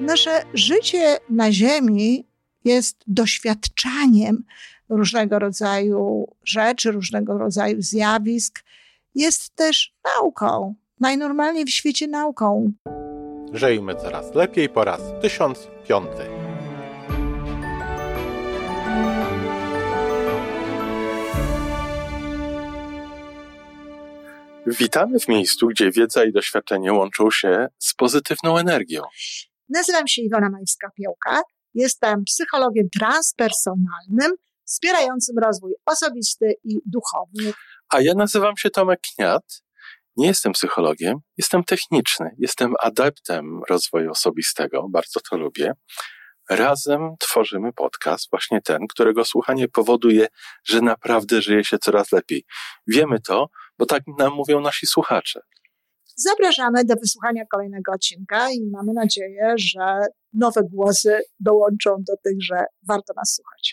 Nasze życie na Ziemi jest doświadczaniem różnego rodzaju rzeczy, różnego rodzaju zjawisk. Jest też nauką, najnormalniej w świecie nauką. Żyjmy coraz lepiej po raz 1005. Witamy w miejscu, gdzie wiedza i doświadczenie łączą się z pozytywną energią. Nazywam się Iwona Majewska-Piołka. Jestem psychologiem transpersonalnym, wspierającym rozwój osobisty i duchowy. A ja nazywam się Tomek Kniat. Nie jestem psychologiem, jestem techniczny, jestem adeptem rozwoju osobistego, bardzo to lubię. Razem tworzymy podcast, właśnie ten, którego słuchanie powoduje, że naprawdę żyje się coraz lepiej. Wiemy to, bo tak nam mówią nasi słuchacze. Zapraszamy do wysłuchania kolejnego odcinka i mamy nadzieję, że nowe głosy dołączą do tych, że warto nas słuchać.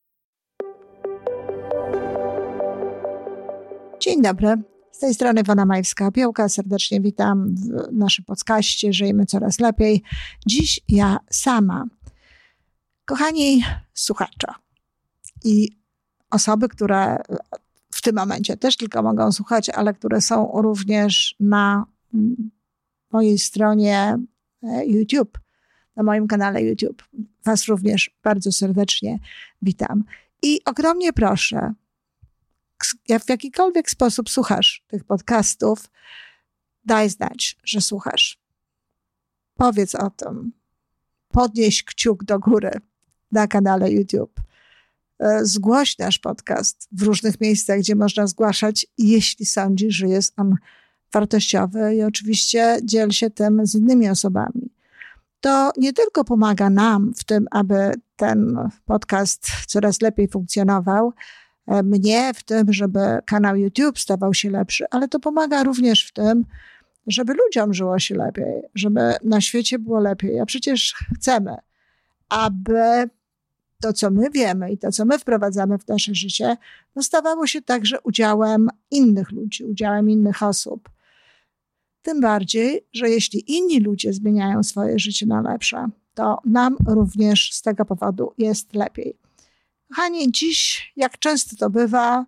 Dzień dobry. Z tej strony Iwona Majewska-Piołka. Serdecznie witam w naszym podcaście Żyjmy Coraz Lepiej. Dziś ja sama. Kochani słuchacze i osoby, które w tym momencie też tylko mogą słuchać, ale które są również na mojej stronie YouTube, na moim kanale YouTube. Was również bardzo serdecznie witam. I ogromnie proszę, jak w jakikolwiek sposób słuchasz tych podcastów, daj znać, że słuchasz. Powiedz o tym. Podnieś kciuk do góry na kanale YouTube. Zgłoś nasz podcast w różnych miejscach, gdzie można zgłaszać, jeśli sądzisz, że jest on wartościowy i oczywiście dziel się tym z innymi osobami. To nie tylko pomaga nam w tym, aby ten podcast coraz lepiej funkcjonował, mnie w tym, żeby kanał YouTube stawał się lepszy, ale to pomaga również w tym, żeby ludziom żyło się lepiej, żeby na świecie było lepiej. A przecież chcemy, aby to, co my wiemy i to, co my wprowadzamy w nasze życie, stawało się także udziałem innych ludzi, udziałem innych osób. Tym bardziej, że jeśli inni ludzie zmieniają swoje życie na lepsze, to nam również z tego powodu jest lepiej. Kochani, dziś, jak często to bywa,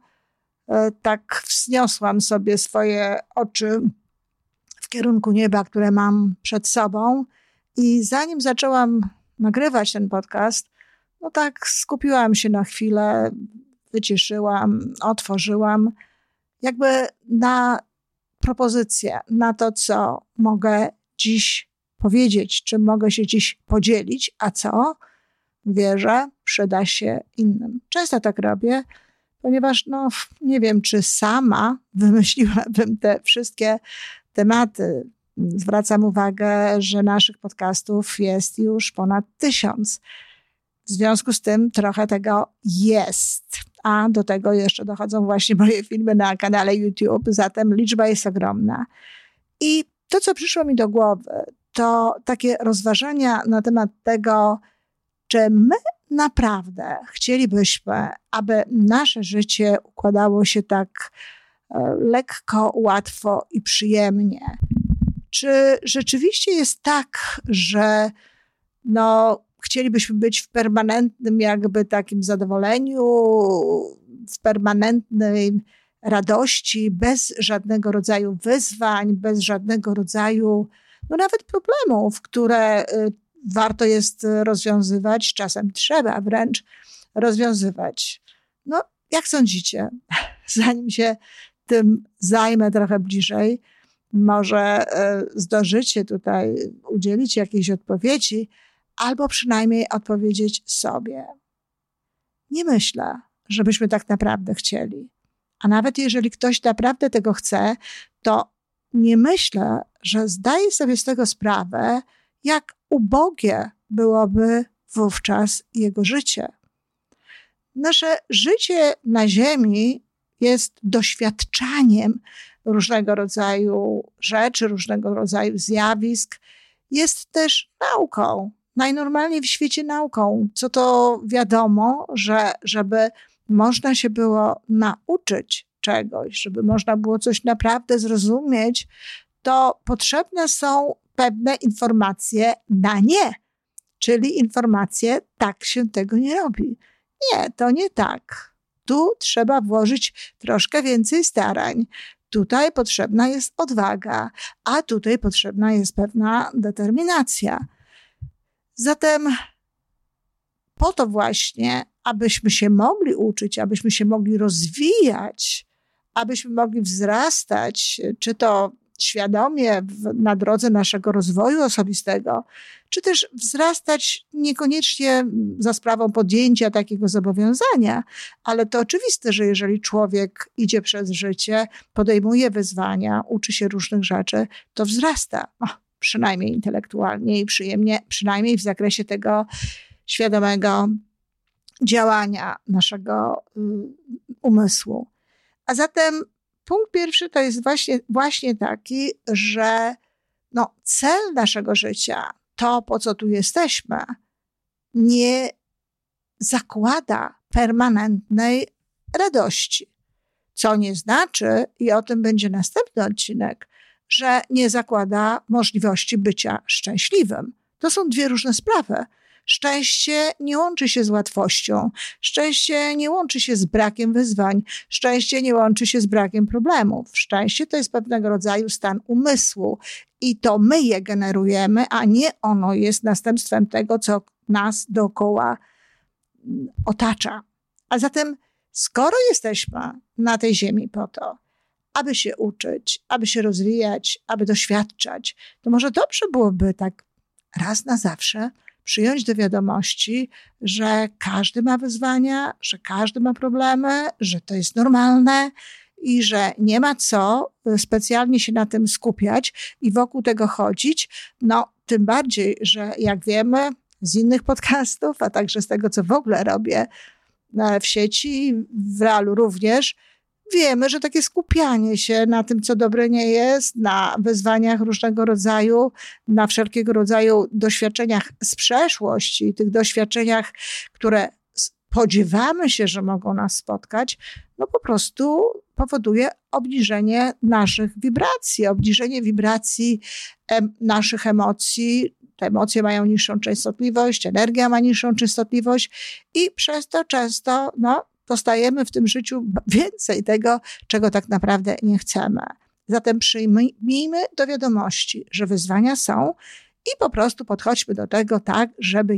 tak wzniosłam sobie swoje oczy w kierunku nieba, które mam przed sobą i zanim zaczęłam nagrywać ten podcast, tak skupiłam się na chwilę, wyciszyłam, otworzyłam jakby na propozycję, na to, co mogę dziś powiedzieć, czym mogę się dziś podzielić, a co, wierzę, przyda się innym. Często tak robię, ponieważ nie wiem, czy sama wymyśliłabym te wszystkie tematy. Zwracam uwagę, że naszych podcastów jest już ponad 1000. W związku z tym trochę tego jest, a do tego jeszcze dochodzą właśnie moje filmy na kanale YouTube, zatem liczba jest ogromna. I to, co przyszło mi do głowy, to takie rozważania na temat tego, czy my naprawdę chcielibyśmy, aby nasze życie układało się tak lekko, łatwo i przyjemnie. Czy rzeczywiście jest tak, że chcielibyśmy być w permanentnym jakby takim zadowoleniu, w permanentnej radości, bez żadnego rodzaju wyzwań, bez żadnego rodzaju nawet problemów, które warto jest rozwiązywać, czasem trzeba wręcz rozwiązywać. Jak sądzicie? Zanim się tym zajmę trochę bliżej, może zdążycie tutaj udzielić jakiejś odpowiedzi, albo przynajmniej odpowiedzieć sobie. Nie myślę, żebyśmy tak naprawdę chcieli. A nawet jeżeli ktoś naprawdę tego chce, to nie myślę, że zdaje sobie z tego sprawę, jak ubogie byłoby wówczas jego życie. Nasze życie na Ziemi jest doświadczaniem różnego rodzaju rzeczy, różnego rodzaju zjawisk. Jest też nauką, najnormalniej w świecie nauką. Co to wiadomo, że żeby można się było nauczyć czegoś, żeby można było coś naprawdę zrozumieć, to potrzebne są pewne informacje na nie, czyli informację, tak się tego nie robi. Nie, to nie tak. Tu trzeba włożyć troszkę więcej starań. Tutaj potrzebna jest odwaga, a tutaj potrzebna jest pewna determinacja. Zatem po to właśnie, abyśmy się mogli uczyć, abyśmy się mogli rozwijać, abyśmy mogli wzrastać, czy to świadomie na drodze naszego rozwoju osobistego, czy też wzrastać niekoniecznie za sprawą podjęcia takiego zobowiązania, ale to oczywiste, że jeżeli człowiek idzie przez życie, podejmuje wyzwania, uczy się różnych rzeczy, to wzrasta, przynajmniej intelektualnie i przyjemnie, przynajmniej w zakresie tego świadomego działania naszego umysłu. A zatem punkt pierwszy to jest właśnie taki, że cel naszego życia, to po co tu jesteśmy, nie zakłada permanentnej radości. Co nie znaczy, i o tym będzie następny odcinek, że nie zakłada możliwości bycia szczęśliwym. To są dwie różne sprawy. Szczęście nie łączy się z łatwością, szczęście nie łączy się z brakiem wyzwań, szczęście nie łączy się z brakiem problemów. Szczęście to jest pewnego rodzaju stan umysłu i to my je generujemy, a nie ono jest następstwem tego, co nas dookoła otacza. A zatem skoro jesteśmy na tej ziemi po to, aby się uczyć, aby się rozwijać, aby doświadczać, to może dobrze byłoby tak raz na zawsze przyjąć do wiadomości, że każdy ma wyzwania, że każdy ma problemy, że to jest normalne i że nie ma co specjalnie się na tym skupiać i wokół tego chodzić. Tym bardziej, że jak wiemy z innych podcastów, a także z tego, co w ogóle robię w sieci, w realu również, wiemy, że takie skupianie się na tym, co dobre nie jest, na wyzwaniach różnego rodzaju, na wszelkiego rodzaju doświadczeniach z przeszłości, tych doświadczeniach, które spodziewamy się, że mogą nas spotkać, po prostu powoduje obniżenie naszych wibracji, obniżenie wibracji naszych emocji. Te emocje mają niższą częstotliwość, energia ma niższą częstotliwość i przez to często dostajemy w tym życiu więcej tego, czego tak naprawdę nie chcemy. Zatem przyjmijmy do wiadomości, że wyzwania są i po prostu podchodźmy do tego tak,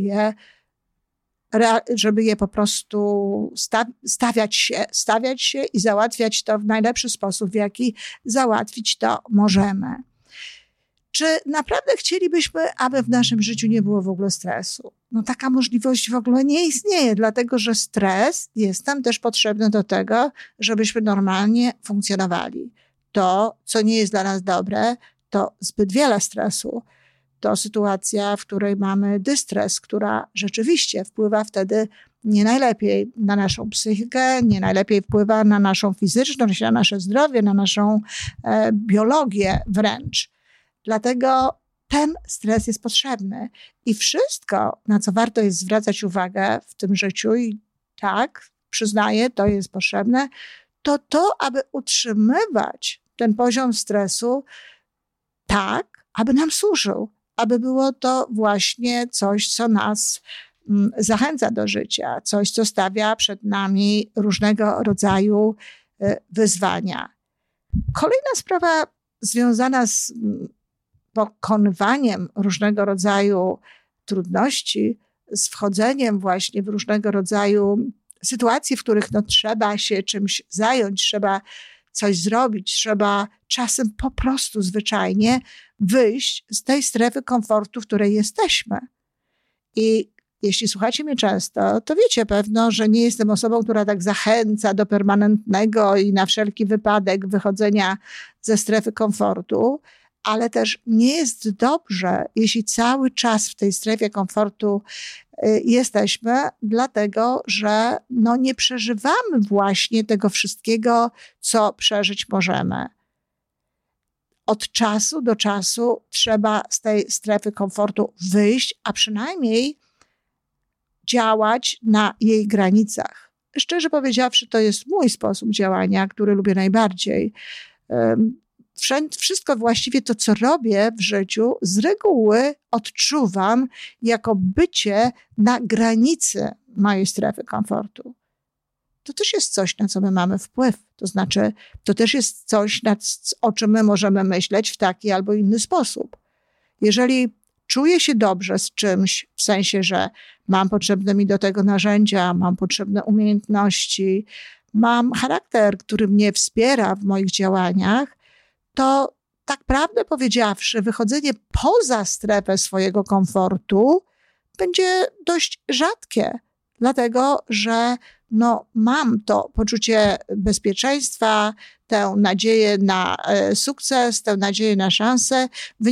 żeby je po prostu stawiać się i załatwiać to w najlepszy sposób, w jaki załatwić to możemy. Czy naprawdę chcielibyśmy, aby w naszym życiu nie było w ogóle stresu? Taka możliwość w ogóle nie istnieje, dlatego że stres jest nam też potrzebny do tego, żebyśmy normalnie funkcjonowali. To, co nie jest dla nas dobre, to zbyt wiele stresu. To sytuacja, w której mamy dystres, która rzeczywiście wpływa wtedy nie najlepiej na naszą psychikę, nie najlepiej wpływa na naszą fizyczność, na nasze zdrowie, na naszą biologię wręcz. Dlatego ten stres jest potrzebny i wszystko, na co warto jest zwracać uwagę w tym życiu i tak, przyznaję, to jest potrzebne, to, aby utrzymywać ten poziom stresu tak, aby nam służył, aby było to właśnie coś, co nas zachęca do życia, coś, co stawia przed nami różnego rodzaju wyzwania. Kolejna sprawa związana z pokonywaniem różnego rodzaju trudności, z wchodzeniem właśnie w różnego rodzaju sytuacje, w których trzeba się czymś zająć, trzeba coś zrobić, trzeba czasem po prostu zwyczajnie wyjść z tej strefy komfortu, w której jesteśmy. I jeśli słuchacie mnie często, to wiecie pewno, że nie jestem osobą, która tak zachęca do permanentnego i na wszelki wypadek wychodzenia ze strefy komfortu, ale też nie jest dobrze, jeśli cały czas w tej strefie komfortu jesteśmy, dlatego że nie przeżywamy właśnie tego wszystkiego, co przeżyć możemy. Od czasu do czasu trzeba z tej strefy komfortu wyjść, a przynajmniej działać na jej granicach. Szczerze powiedziawszy, to jest mój sposób działania, który lubię najbardziej. wszystko właściwie to, co robię w życiu, z reguły odczuwam jako bycie na granicy mojej strefy komfortu. To też jest coś, na co my mamy wpływ. To znaczy, to też jest coś, o czym my możemy myśleć w taki albo inny sposób. Jeżeli czuję się dobrze z czymś, w sensie, że mam potrzebne mi do tego narzędzia, mam potrzebne umiejętności, mam charakter, który mnie wspiera w moich działaniach, to tak prawdę powiedziawszy, wychodzenie poza strefę swojego komfortu będzie dość rzadkie, dlatego że mam to poczucie bezpieczeństwa, tę nadzieję na sukces, tę nadzieję na szansę,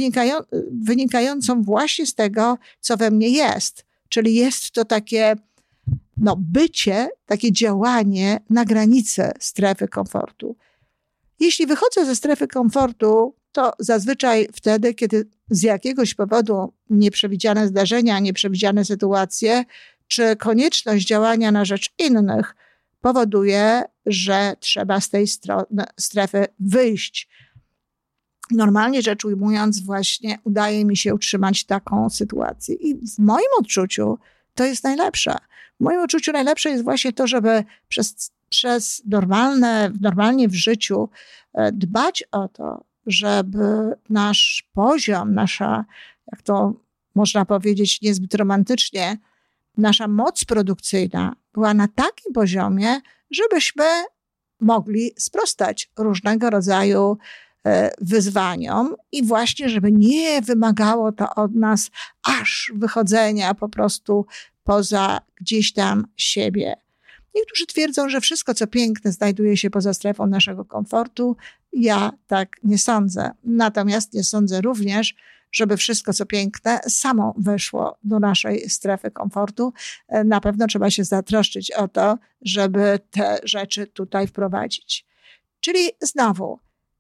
wynikającą właśnie z tego, co we mnie jest. Czyli jest to takie bycie, takie działanie na granicy strefy komfortu. Jeśli wychodzę ze strefy komfortu, to zazwyczaj wtedy, kiedy z jakiegoś powodu nieprzewidziane zdarzenia, nieprzewidziane sytuacje, czy konieczność działania na rzecz innych powoduje, że trzeba z tej strefy wyjść. Normalnie rzecz ujmując, właśnie udaje mi się utrzymać taką sytuację. I w moim odczuciu to jest najlepsze. W moim odczuciu najlepsze jest właśnie to, żeby przez normalnie w życiu dbać o to, żeby nasz poziom, nasza, jak to można powiedzieć niezbyt romantycznie, nasza moc produkcyjna była na takim poziomie, żebyśmy mogli sprostać różnego rodzaju wyzwaniom i właśnie, żeby nie wymagało to od nas aż wychodzenia po prostu poza gdzieś tam siebie. Niektórzy twierdzą, że wszystko, co piękne, znajduje się poza strefą naszego komfortu. Ja tak nie sądzę. Natomiast nie sądzę również, żeby wszystko, co piękne, samo weszło do naszej strefy komfortu. Na pewno trzeba się zatroszczyć o to, żeby te rzeczy tutaj wprowadzić. Czyli znowu,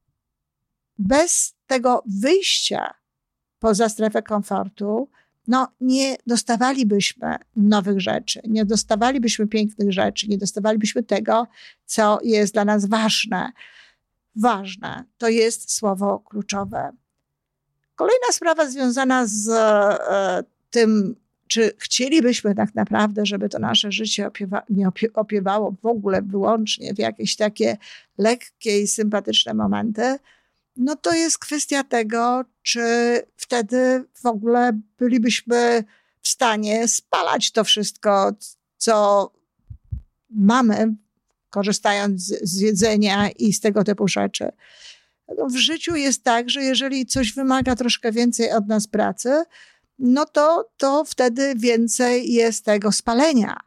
bez tego wyjścia poza strefę komfortu, nie dostawalibyśmy nowych rzeczy, nie dostawalibyśmy pięknych rzeczy, nie dostawalibyśmy tego, co jest dla nas ważne. Ważne to jest słowo kluczowe. Kolejna sprawa związana z tym, czy chcielibyśmy tak naprawdę, żeby to nasze życie opiewało w ogóle wyłącznie w jakieś takie lekkie i sympatyczne momenty, to jest kwestia tego, czy wtedy w ogóle bylibyśmy w stanie spalać to wszystko, co mamy, korzystając z jedzenia i z tego typu rzeczy. W życiu jest tak, że jeżeli coś wymaga troszkę więcej od nas pracy, to wtedy więcej jest tego spalenia.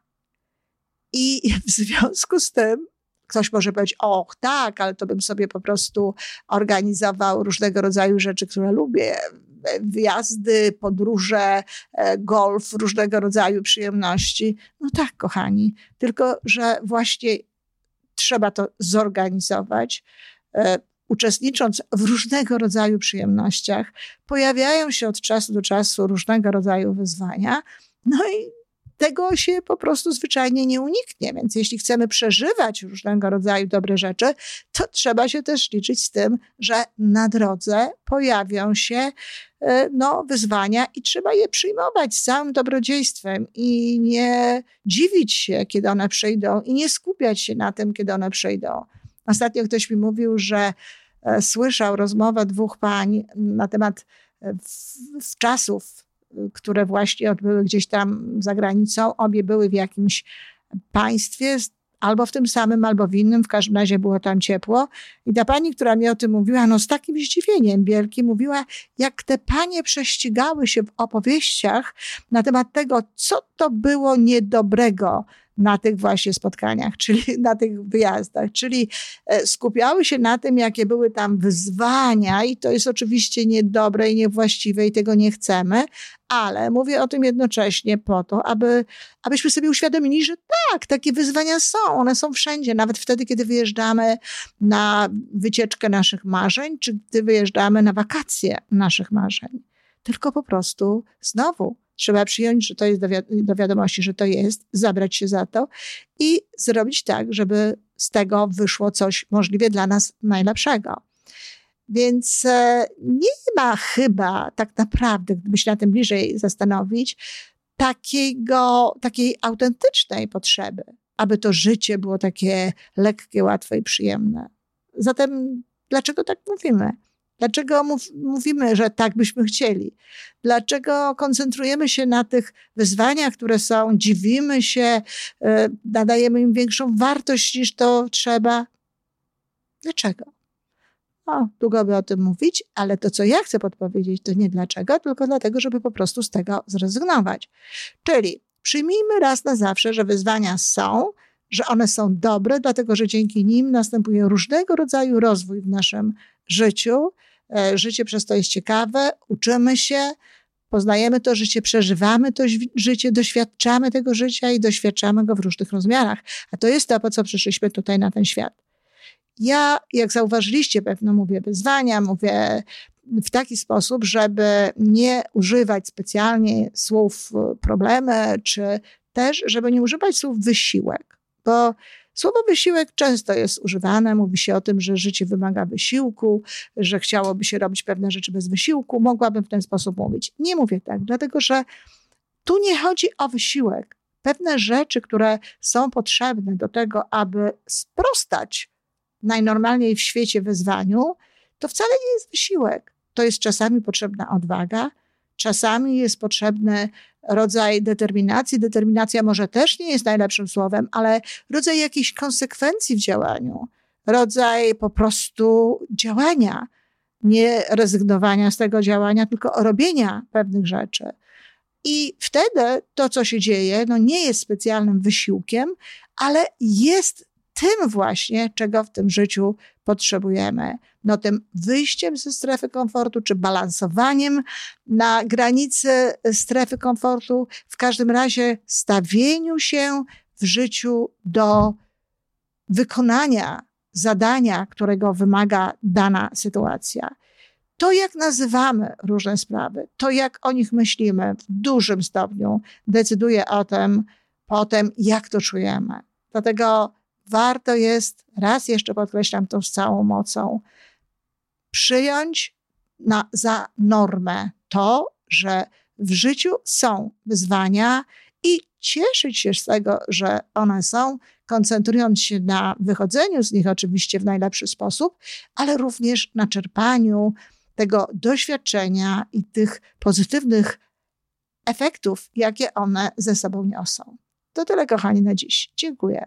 I w związku z tym ktoś może powiedzieć, tak, ale to bym sobie po prostu organizował różnego rodzaju rzeczy, które lubię. Wyjazdy, podróże, golf, różnego rodzaju przyjemności. Tak, kochani, tylko że właśnie trzeba to zorganizować. Uczestnicząc w różnego rodzaju przyjemnościach, pojawiają się od czasu do czasu różnego rodzaju wyzwania, i tego się po prostu zwyczajnie nie uniknie. Więc jeśli chcemy przeżywać różnego rodzaju dobre rzeczy, to trzeba się też liczyć z tym, że na drodze pojawią się wyzwania i trzeba je przyjmować z całym dobrodziejstwem i nie dziwić się, kiedy one przyjdą i nie skupiać się na tym, kiedy one przyjdą. Ostatnio ktoś mi mówił, że słyszał rozmowę dwóch pań na temat czasów, które właśnie odbyły gdzieś tam za granicą. Obie były w jakimś państwie, albo w tym samym, albo w innym. W każdym razie było tam ciepło. I ta pani, która mi o tym mówiła, z takim zdziwieniem wielkim, mówiła, jak te panie prześcigały się w opowieściach na temat tego, co to było niedobrego na tych właśnie spotkaniach, czyli na tych wyjazdach, czyli skupiały się na tym, jakie były tam wyzwania i to jest oczywiście niedobre i niewłaściwe i tego nie chcemy, ale mówię o tym jednocześnie po to, abyśmy sobie uświadomili, że tak, takie wyzwania są, one są wszędzie, nawet wtedy, kiedy wyjeżdżamy na wycieczkę naszych marzeń, czy gdy wyjeżdżamy na wakacje naszych marzeń. Tylko po prostu znowu trzeba przyjąć, że to jest do wiadomości, że to jest, zabrać się za to i zrobić tak, żeby z tego wyszło coś możliwie dla nas najlepszego. Więc nie ma chyba tak naprawdę, gdyby się na tym bliżej zastanowić, takiej autentycznej potrzeby, aby to życie było takie lekkie, łatwe i przyjemne. Zatem dlaczego tak mówimy? Dlaczego mówimy, że tak byśmy chcieli? Dlaczego koncentrujemy się na tych wyzwaniach, które są, dziwimy się, nadajemy im większą wartość niż to trzeba? Dlaczego? Długo by o tym mówić, ale to, co ja chcę podpowiedzieć, to nie dlaczego, tylko dlatego, żeby po prostu z tego zrezygnować. Czyli przyjmijmy raz na zawsze, że wyzwania są, że one są dobre, dlatego że dzięki nim następuje różnego rodzaju rozwój w naszym życiu. Życie przez to jest ciekawe, uczymy się, poznajemy to życie, przeżywamy to życie, doświadczamy tego życia i doświadczamy go w różnych rozmiarach. A to jest to, po co przyszliśmy tutaj na ten świat. Ja, jak zauważyliście, pewno mówię wyzwania, mówię w taki sposób, żeby nie używać specjalnie słów problemy, czy też, żeby nie używać słów wysiłek, bo słowo wysiłek często jest używane, mówi się o tym, że życie wymaga wysiłku, że chciałoby się robić pewne rzeczy bez wysiłku, mogłabym w ten sposób mówić. Nie mówię tak, dlatego że tu nie chodzi o wysiłek. Pewne rzeczy, które są potrzebne do tego, aby sprostać najnormalniej w świecie wyzwaniu, to wcale nie jest wysiłek. To jest czasami potrzebna odwaga, czasami jest potrzebny rodzaj determinacji. Determinacja może też nie jest najlepszym słowem, ale rodzaj jakiejś konsekwencji w działaniu, rodzaj po prostu działania, nie rezygnowania z tego działania, tylko robienia pewnych rzeczy. I wtedy to, co się dzieje, nie jest specjalnym wysiłkiem, ale jest tym właśnie, czego w tym życiu potrzebujemy. Tym wyjściem ze strefy komfortu, czy balansowaniem na granicy strefy komfortu, w każdym razie stawieniu się w życiu do wykonania zadania, którego wymaga dana sytuacja. To, jak nazywamy różne sprawy, to, jak o nich myślimy, w dużym stopniu decyduje o tym potem, jak to czujemy. Dlatego warto jest, raz jeszcze podkreślam to z całą mocą, przyjąć za normę to, że w życiu są wyzwania i cieszyć się z tego, że one są, koncentrując się na wychodzeniu z nich oczywiście w najlepszy sposób, ale również na czerpaniu tego doświadczenia i tych pozytywnych efektów, jakie one ze sobą niosą. To tyle, kochani, na dziś. Dziękuję.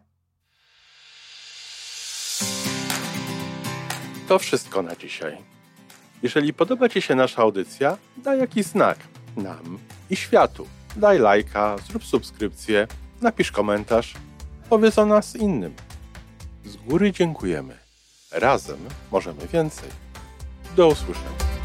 To wszystko na dzisiaj. Jeżeli podoba Ci się nasza audycja, daj jakiś znak nam i światu. Daj lajka, zrób subskrypcję, napisz komentarz, powiedz o nas innym. Z góry dziękujemy. Razem możemy więcej. Do usłyszenia.